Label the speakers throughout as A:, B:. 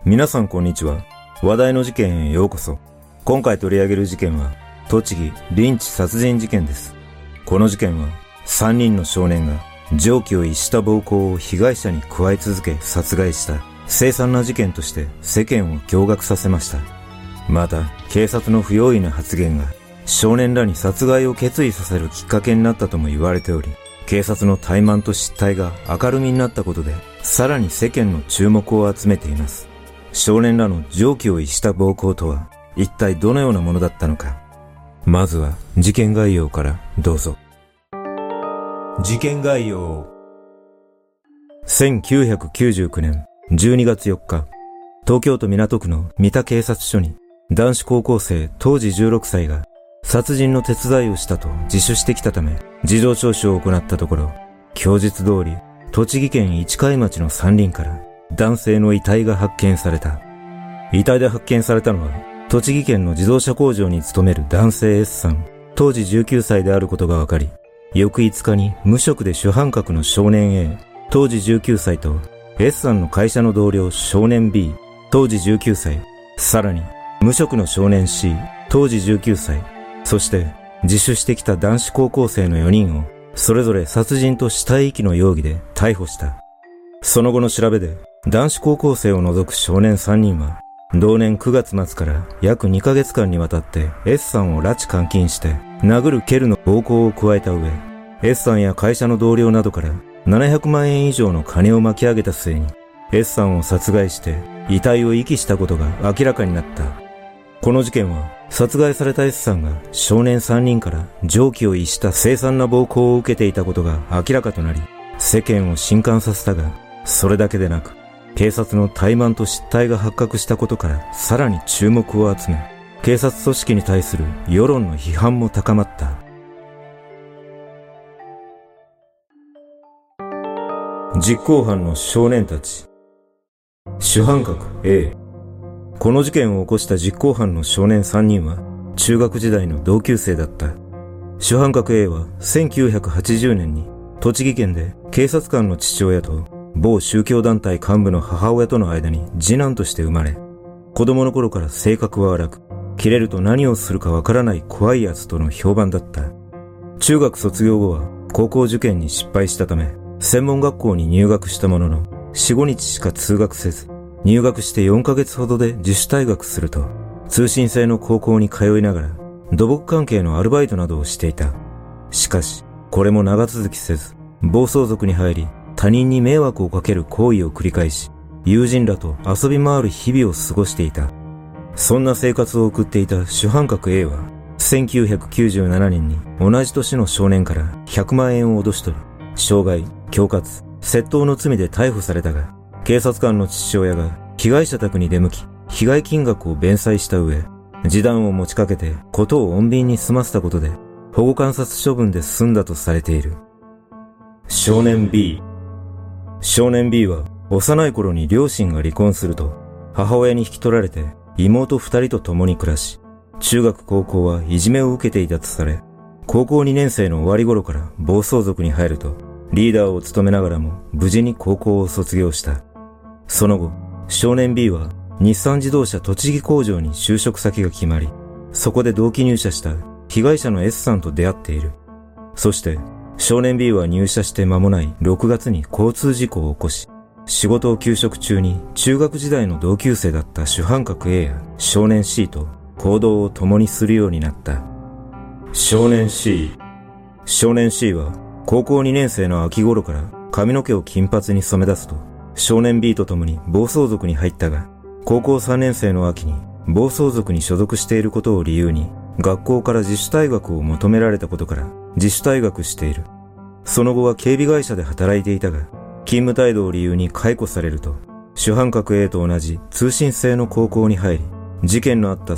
A: 皆さんこんにちは。話題の事件へようこそ。今回取り上げる事件は、栃木リンチ殺人事件です。この事件は、3人の少年が常軌を逸した暴行を被害者に加え続け殺害した凄惨な事件として世間を驚愕させました。また、警察の不用意な発言が少年らに殺害を決意させるきっかけになったとも言われており、警察の怠慢と失態が明るみになったことで、さらに世間の注目を集めています。少年らの常軌を逸した暴行とは、一体どのようなものだったのか。まずは事件概要からどうぞ。事件概要。1999年12月4日、東京都港区の三田警察署に、男子高校生当時16歳が殺人の手伝いをしたと自首してきたため、事情聴取を行ったところ、供述通り、栃木県市貝町の山林から男性の遺体が発見された。遺体で発見されたのは、栃木県の自動車工場に勤める男性 S さん、当時19歳であることが分かり、翌5日に無職で主犯格の少年 A、当時19歳と S さんの会社の同僚少年 B、当時19歳、さらに無職の少年 C、当時19歳、そして自首してきた男子高校生の4人をそれぞれ殺人と死体遺棄の容疑で逮捕した。その後の調べで男子高校生を除く少年3人は同年9月末から約2ヶ月間にわたって S さんを拉致監禁して殴る蹴るの暴行を加えた上、S さんや会社の同僚などから700万円以上の金を巻き上げた末に S さんを殺害して遺体を遺棄したことが明らかになった。この事件は殺害された S さんが少年3人から常軌を逸した凄惨な暴行を受けていたことが明らかとなり、世間を震撼させたが、それだけでなく、警察の怠慢と失態が発覚したことからさらに注目を集め、警察組織に対する世論の批判も高まった。実行犯の少年たち。主犯格 A。この事件を起こした実行犯の少年3人は中学時代の同級生だった。主犯格 A は1980年に栃木県で警察官の父親と某宗教団体幹部の母親との間に次男として生まれ、子供の頃から性格は荒く、切れると何をするかわからない怖い奴との評判だった。中学卒業後は高校受験に失敗したため、専門学校に入学したものの、4、5日しか通学せず、入学して4ヶ月ほどで自主退学すると、通信制の高校に通いながら、土木関係のアルバイトなどをしていた。しかし、これも長続きせず、暴走族に入り、他人に迷惑をかける行為を繰り返し、友人らと遊び回る日々を過ごしていた。そんな生活を送っていた主犯格 A は、1997年に同じ年の少年から100万円を脅し取り、傷害、恐喝、窃盗の罪で逮捕されたが、警察官の父親が被害者宅に出向き、被害金額を弁済した上、示談を持ちかけて事を穏便に済ませたことで、保護観察処分で済んだとされている。少年 B。少年 B は幼い頃に両親が離婚すると、母親に引き取られて妹2人と共に暮らし、中学高校はいじめを受けていたとされ、高校2年生の終わり頃から暴走族に入ると、リーダーを務めながらも無事に高校を卒業した。その後、少年 B は日産自動車栃木工場に就職先が決まり、そこで同期入社した被害者の S さんと出会っている。そして、少年 B は入社して間もない6月に交通事故を起こし、仕事を休職中に中学時代の同級生だった主犯格 A や少年 C と行動を共にするようになった。少年 C。少年 C は高校2年生の秋頃から髪の毛を金髪に染め出すと、少年 B と共に暴走族に入ったが、高校3年生の秋に暴走族に所属していることを理由に、学校から自主退学を求められたことから自主退学している。その後は警備会社で働いていたが、勤務態度を理由に解雇されると、主犯格 A と同じ通信制の高校に入り、事件のあった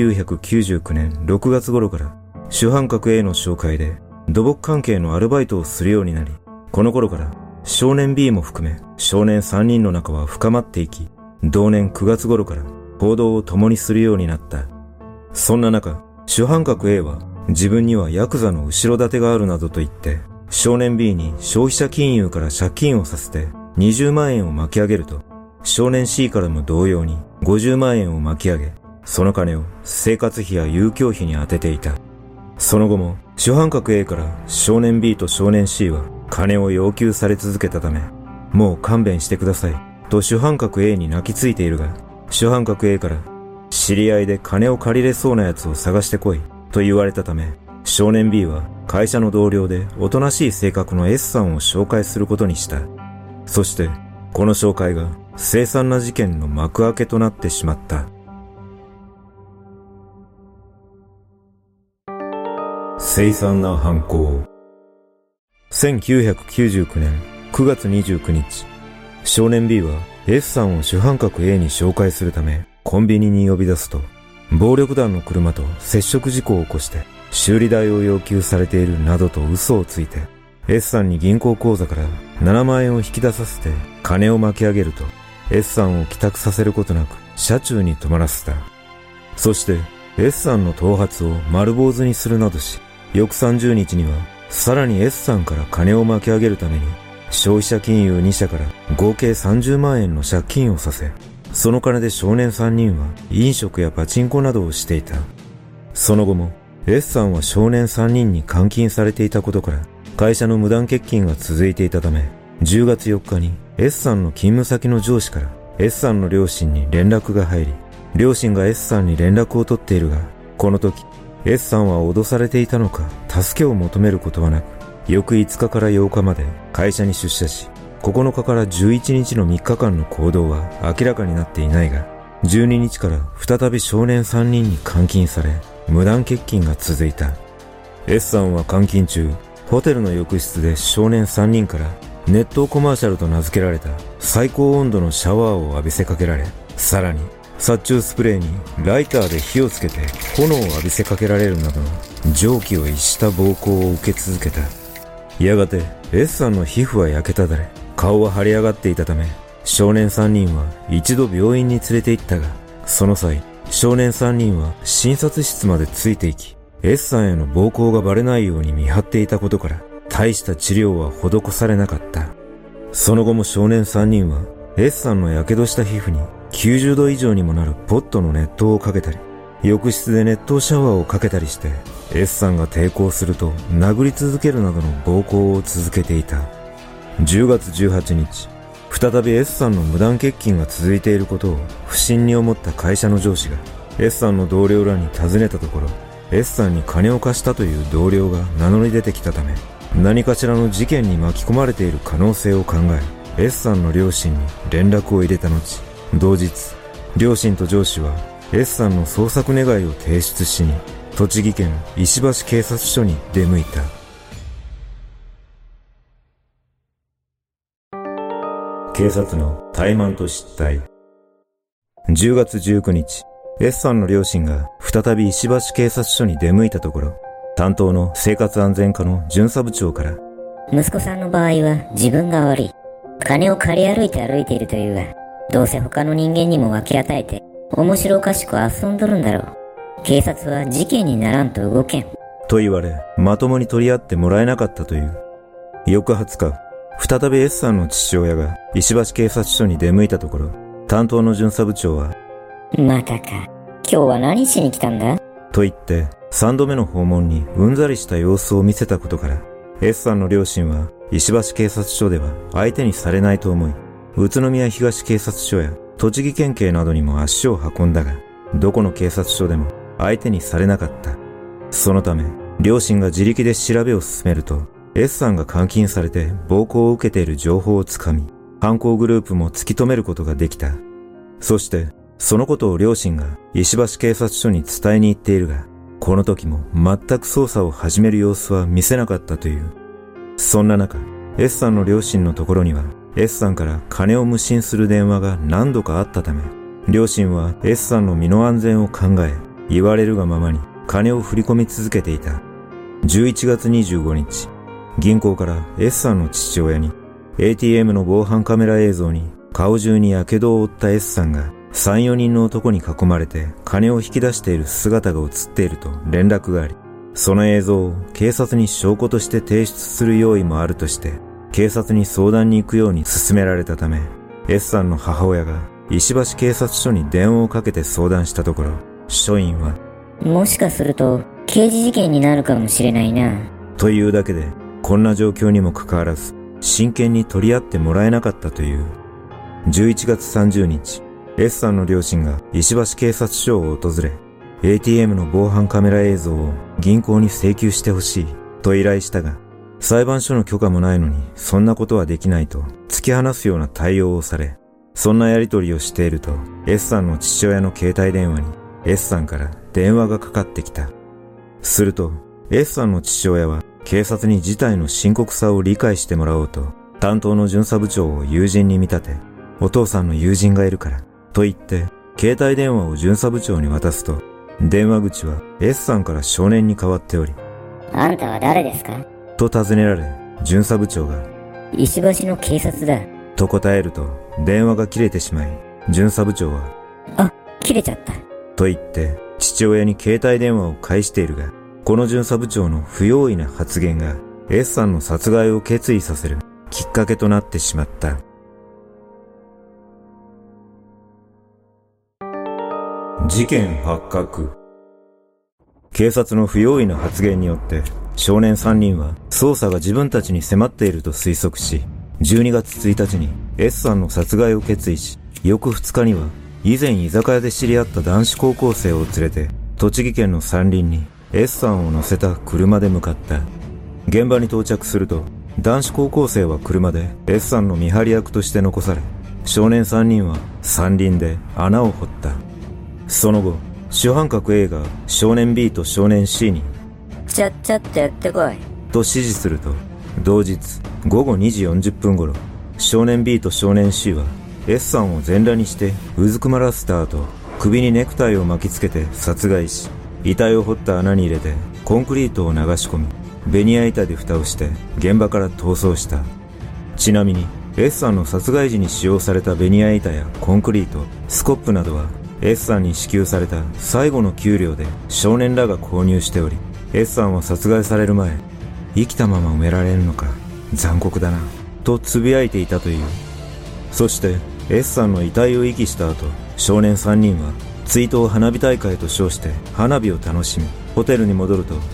A: 1999年6月頃から主犯格 A の紹介で土木関係のアルバイトをするようになり、この頃から少年 B も含め少年3人の仲は深まっていき、同年9月頃から行動を共にするようになった。そんな中、主犯格 A は自分にはヤクザの後ろ盾があるなどと言って、少年 B に消費者金融から借金をさせて20万円を巻き上げると、 少年 C からも同様に50万円を巻き上げ、その金を生活費や遊興費に充てていた。その後も主犯格 A から少年 B と少年 C は金を要求され続けたため、もう勘弁してくださいと主犯格 A に泣きついているが、主犯格 A から知り合いで金を借りれそうなやつを探してこいと言われたため、少年 B は会社の同僚でおとなしい性格の S さんを紹介することにした。そしてこの紹介が凄惨な事件の幕開けとなってしまった。凄惨な犯行。1999年9月29日、少年 B は S さんを主犯格 A に紹介するためコンビニに呼び出すと、暴力団の車と接触事故を起こして修理代を要求されているなどと嘘をついて S さんに銀行口座から7万円を引き出させて金を巻き上げると、 S さんを帰宅させることなく車中に泊まらせた。そして S さんの頭髪を丸坊主にするなどし、翌30日にはさらに S さんから金を巻き上げるために消費者金融2社から合計30万円の借金をさせ、その金で少年3人は飲食やパチンコなどをしていた。その後も S さんは少年3人に監禁されていたことから会社の無断欠勤が続いていたため、10月4日に S さんの勤務先の上司から S さんの両親に連絡が入り、両親が S さんに連絡を取っているが、この時 S さんは脅されていたのか助けを求めることはなく、翌5日から8日まで会社に出社し、9日から11日の3日間の行動は明らかになっていないが、12日から再び少年3人に監禁され、無断欠勤が続いた。S さんは監禁中、ホテルの浴室で少年3人から熱湯コマーシャルと名付けられた最高温度のシャワーを浴びせかけられ、さらに殺虫スプレーにライターで火をつけて炎を浴びせかけられるなどの常軌を逸した暴行を受け続けた。やがて S さんの皮膚は焼けただれ、顔は腫れ上がっていたため、少年3人は一度病院に連れて行ったが、その際少年3人は診察室までついていき、 S さんへの暴行がバレないように見張っていたことから大した治療は施されなかった。その後も少年3人は S さんの火傷した皮膚に90度以上にもなるポットの熱湯をかけたり、浴室で熱湯シャワーをかけたりして S さんが抵抗すると殴り続けるなどの暴行を続けていた。10月18日、再び S さんの無断欠勤が続いていることを不審に思った会社の上司が S さんの同僚らに尋ねたところ、 S さんに金を貸したという同僚が名乗り出てきたため、何かしらの事件に巻き込まれている可能性を考え、 S さんの両親に連絡を入れた後、同日両親と上司は S さんの捜索願いを提出しに栃木県石橋警察署に出向いた。警察の怠慢と失態。10月19日、S さんの両親が再び石橋警察署に出向いたところ、担当の生活安全課の巡査部長から、
B: 息子さんの場合は自分が悪い。金を借り歩いているというが、どうせ他の人間にも分け与えて、面白おかしく遊んどるんだろう。警察は事件にならんと動けん。
A: と言われ、まともに取り合ってもらえなかったという。翌20日、再び S さんの父親が石橋警察署に出向いたところ、担当の巡査部長は、
B: またか。今日は何しに来たんだ
A: と言って3度目の訪問にうんざりした様子を見せたことから、 S さんの両親は石橋警察署では相手にされないと思い、宇都宮東警察署や栃木県警などにも足を運んだが、どこの警察署でも相手にされなかった。そのため両親が自力で調べを進めると、 S さんが監禁されて暴行を受けている情報をつかみ、犯行グループも突き止めることができた。そしてそのことを両親が石橋警察署に伝えに行っているが、この時も全く捜査を始める様子は見せなかったという。そんな中、 S さんの両親のところには S さんから金を無心する電話が何度かあったため、両親は S さんの身の安全を考え、言われるがままに金を振り込み続けていた。11月25日、銀行から S さんの父親に ATM の防犯カメラ映像に顔中に火傷を負った S さんが3、4人の男に囲まれて金を引き出している姿が映っていると連絡があり、その映像を警察に証拠として提出する用意もあるとして、警察に相談に行くように勧められたため、 S さんの母親が石橋警察署に電話をかけて相談したところ、署員は、
B: もしかすると刑事事件になるかもしれないな。
A: というだけで、こんな状況にもかかわらず、真剣に取り合ってもらえなかったという。11月30日、S さんの両親が石橋警察署を訪れ、ATM の防犯カメラ映像を銀行に請求してほしいと依頼したが、裁判所の許可もないのにそんなことはできないと突き放すような対応をされ、そんなやり取りをしていると S さんの父親の携帯電話に S さんから電話がかかってきた。すると S さんの父親は警察に事態の深刻さを理解してもらおうと担当の巡査部長を友人に見立て、お父さんの友人がいるからと言って携帯電話を巡査部長に渡すと、電話口は S さんから少年に変わっており、
B: あんたは誰ですか
A: と尋ねられ、巡査部長が
B: 石橋の警察だ
A: と答えると電話が切れてしまい、巡査部長は
B: 切れちゃった
A: と言って父親に携帯電話を返しているが、この巡査部長の不用意な発言が S さんの殺害を決意させるきっかけとなってしまった。事件発覚。警察の不用意な発言によって少年3人は捜査が自分たちに迫っていると推測し、12月1日に S さんの殺害を決意し、翌2日には以前居酒屋で知り合った男子高校生を連れて栃木県の山林に S さんを乗せた車で向かった。現場に到着すると、男子高校生は車で S さんの見張り役として残され、少年3人は山林で穴を掘った。その後、主犯格 A が少年 B と少年 C に
B: ちゃっちゃっとやってこい
A: と指示すると、同日午後2時40分頃、少年 B と少年 C は S さんを全裸にしてうずくまらせた後、首にネクタイを巻きつけて殺害し、遺体を掘った穴に入れてコンクリートを流し込み、ベニヤ板で蓋をして現場から逃走した。ちなみに S さんの殺害時に使用されたベニヤ板やコンクリート、スコップなどは S さんに支給された最後の給料で少年らが購入しており、S さんは殺害される前、生きたまま埋められるのか、残酷だな、と呟いていたという。そして S さんの遺体を遺棄した後、少年3人は追悼花火大会と称して花火を楽しみ、ホテルに戻ると、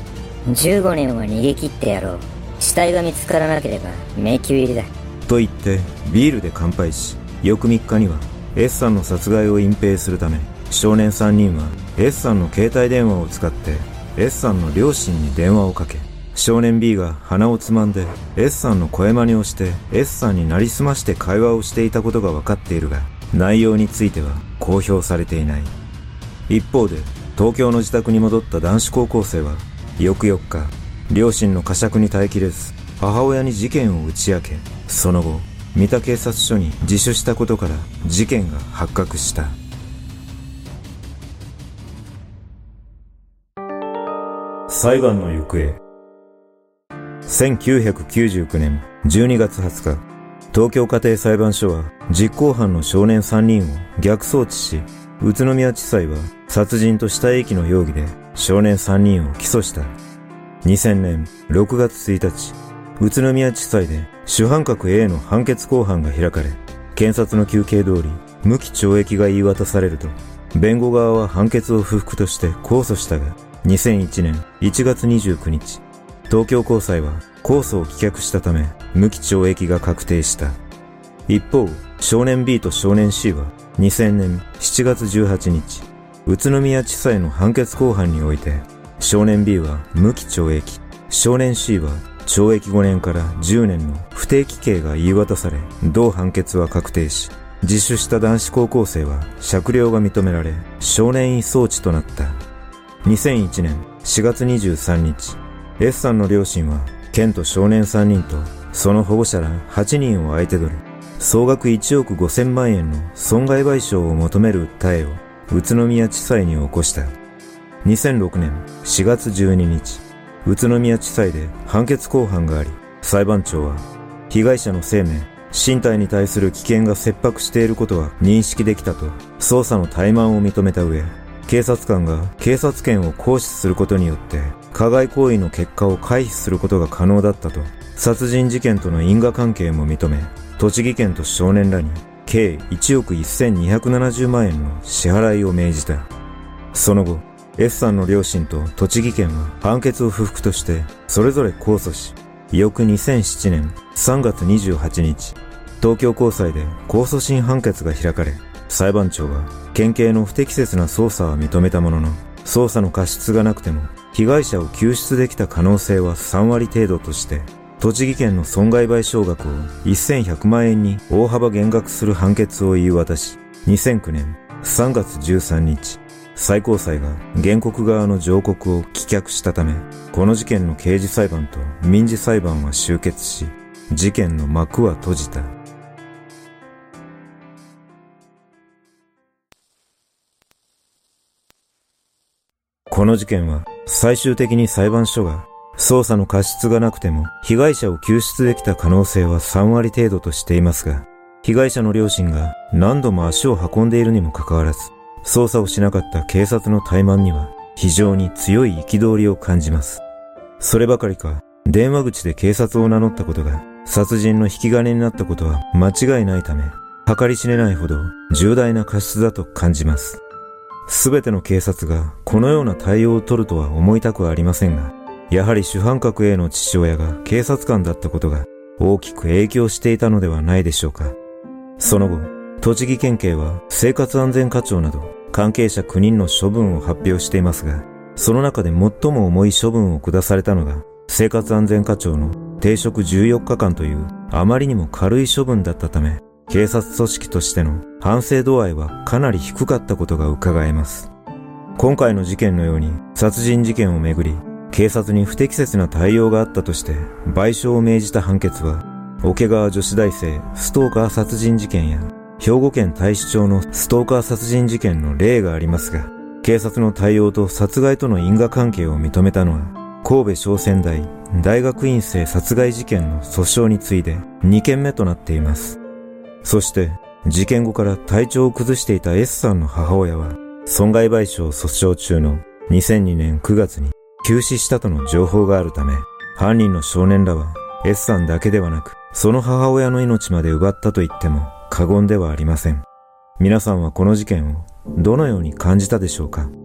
B: 15年は逃げ切ってやろう。死体が見つからなければ迷宮入りだ。
A: と言ってビールで乾杯し、翌3日には S さんの殺害を隠蔽するため、少年3人は S さんの携帯電話を使って S さんの両親に電話をかけ、少年 B が鼻をつまんで S さんの声真似をして S さんになりすまして会話をしていたことが分かっているが、内容については公表されていない。一方で東京の自宅に戻った男子高校生は翌4日、両親の呵責に耐えきれず母親に事件を打ち明け、その後三田警察署に自首したことから事件が発覚した。裁判の行方。1999年12月20日、東京家庭裁判所は実行犯の少年3人を逆送致し、宇都宮地裁は殺人と死体遺棄の容疑で少年3人を起訴した。2000年6月1日、宇都宮地裁で主犯格 A の判決公判が開かれ、検察の求刑通り無期懲役が言い渡されると、弁護側は判決を不服として控訴したが、2001年1月29日、東京高裁は控訴を棄却したため無期懲役が確定した。一方、少年 B と少年 C は2000年7月18日、宇都宮地裁の判決公判において、少年 B は無期懲役、少年 C は懲役5年から10年の不定期刑が言い渡され、同判決は確定し、自首した男子高校生は酌量が認められ、少年院送致となった。2001年4月23日、S さんの両親は、県と少年3人とその保護者ら8人を相手取り、総額1億5000万円の損害賠償を求める訴えを宇都宮地裁に起こした。2006年4月12日、宇都宮地裁で判決公判があり、裁判長は、被害者の生命、身体に対する危険が切迫していることは認識できたと、捜査の怠慢を認めた上、警察官が警察権を行使することによって加害行為の結果を回避することが可能だったと、殺人事件との因果関係も認め、栃木県と少年らに計1億1270万円の支払いを命じた。その後、S さんの両親と栃木県は判決を不服としてそれぞれ控訴し、翌2007年3月28日、東京高裁で控訴審判決が開かれ、裁判長は県警の不適切な捜査は認めたものの、捜査の過失がなくても被害者を救出できた可能性は3割程度として、栃木県の損害賠償額を1100万円に大幅減額する判決を言い渡し、2009年3月13日、最高裁が原告側の上告を棄却したため、この事件の刑事裁判と民事裁判は終結し、事件の幕は閉じた。この事件は最終的に裁判所が捜査の過失がなくても被害者を救出できた可能性は3割程度としていますが、被害者の両親が何度も足を運んでいるにもかかわらず、捜査をしなかった警察の怠慢には非常に強い憤りを感じます。そればかりか、電話口で警察を名乗ったことが殺人の引き金になったことは間違いないため、計り知れないほど重大な過失だと感じます。すべての警察がこのような対応を取るとは思いたくはありませんが、やはり主犯格 A の父親が警察官だったことが大きく影響していたのではないでしょうか。その後、栃木県警は生活安全課長など関係者9人の処分を発表していますが、その中で最も重い処分を下されたのが生活安全課長の停職14日間というあまりにも軽い処分だったため、警察組織としての反省度合いはかなり低かったことが伺えます。今回の事件のように殺人事件をめぐり、警察に不適切な対応があったとして賠償を命じた判決は、桶川女子大生ストーカー殺人事件や兵庫県太子町のストーカー殺人事件の例がありますが、警察の対応と殺害との因果関係を認めたのは、神戸商船大大学院生殺害事件の訴訟に次いで2件目となっています。そして事件後から体調を崩していた S さんの母親は、損害賠償訴訟中の2002年9月に急死したとの情報があるため、犯人の少年らは S さんだけではなく、その母親の命まで奪ったと言っても過言ではありません。皆さんはこの事件をどのように感じたでしょうか。